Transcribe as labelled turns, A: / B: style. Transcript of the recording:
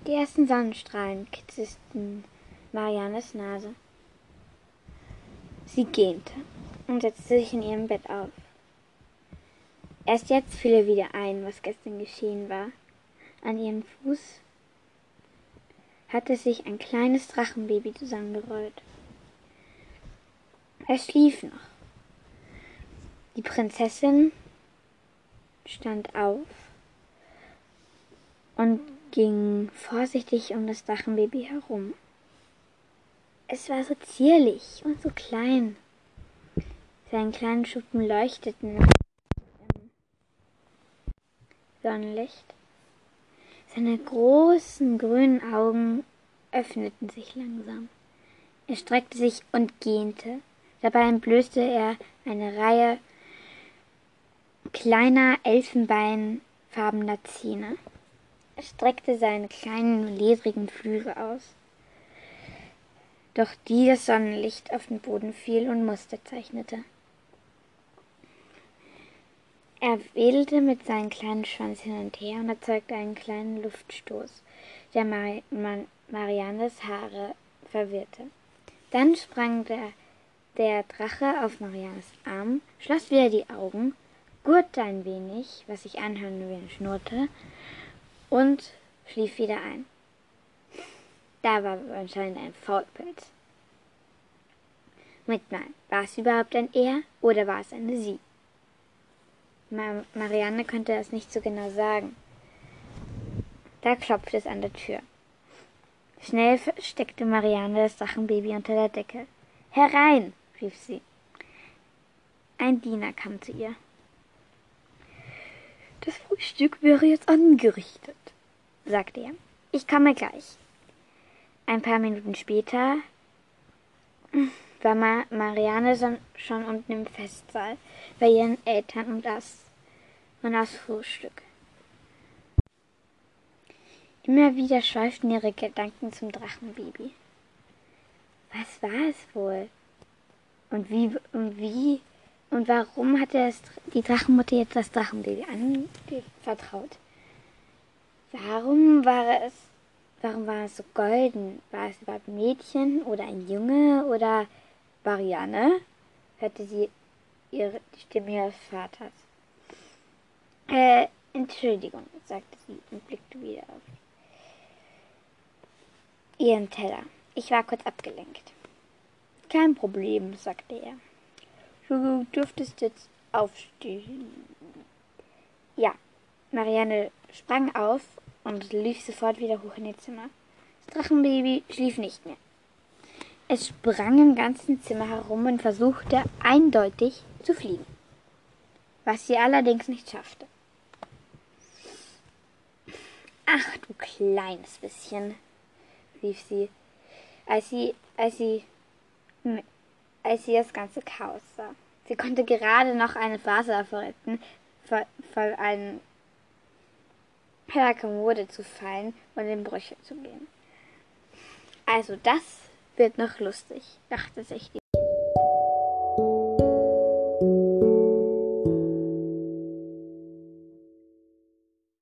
A: Die ersten Sonnenstrahlen kitzelten Mariannes Nase. Sie gähnte und setzte sich in ihrem Bett auf. Erst jetzt fiel ihr wieder ein, was gestern geschehen war. An ihrem Fuß hatte sich ein kleines Drachenbaby zusammengerollt. Er schlief noch. Die Prinzessin stand auf und ging vorsichtig um das Drachenbaby herum. Es war so zierlich und so klein. Seine kleinen Schuppen leuchteten im Sonnenlicht. Seine großen grünen Augen öffneten sich langsam. Er streckte sich und gähnte. Dabei entblößte er eine Reihe kleiner elfenbeinfarbener Zähne. Er streckte seine kleinen ledrigen Flügel aus, durch die das Sonnenlicht auf den Boden fiel und Muster zeichnete. Er wedelte mit seinem kleinen Schwanz hin und her und erzeugte einen kleinen Luftstoß, der Mariannes Haare verwirrte. Dann sprang der Drache auf Mariannes Arm, schloss wieder die Augen, gurrte ein wenig, was sich anhörte wie ein Schnurrte, und schlief wieder ein. Da war anscheinend ein Faulpelz. Moment mal, war es überhaupt ein Er oder war es eine Sie? Marianne konnte das nicht so genau sagen. Da klopfte es an der Tür. Schnell steckte Marianne das Drachenbaby unter der Decke. »Herein«, rief sie. Ein Diener kam zu ihr. »Das Frühstück wäre jetzt angerichtet«, sagte er. »Ich komme gleich.« Ein paar Minuten später war Marianne schon unten im Festsaal bei ihren Eltern und aß Frühstück. Immer wieder schweiften ihre Gedanken zum Drachenbaby. Was war es wohl? Und warum hatte die Drachenmutter jetzt das Drachenbaby anvertraut? Warum war es so golden? War es überhaupt ein Mädchen oder ein Junge oder Marianne? Hörte sie die Stimme ihres Vaters. Entschuldigung, sagte sie und blickte wieder auf ihren Teller. Ich war kurz abgelenkt. Kein Problem, sagte er. Du dürftest jetzt aufstehen. Ja, Marianne sprang auf und lief sofort wieder hoch in ihr Zimmer. Das Drachenbaby schlief nicht mehr. Es sprang im ganzen Zimmer herum und versuchte eindeutig zu fliegen, was sie allerdings nicht schaffte. »Ach, du kleines bisschen«, rief sie, als sie das ganze Chaos sah. Sie konnte gerade noch eine Vase retten, voll einer Kommode zu fallen und in Brüche zu gehen. Also das wird noch lustig, dachte sich die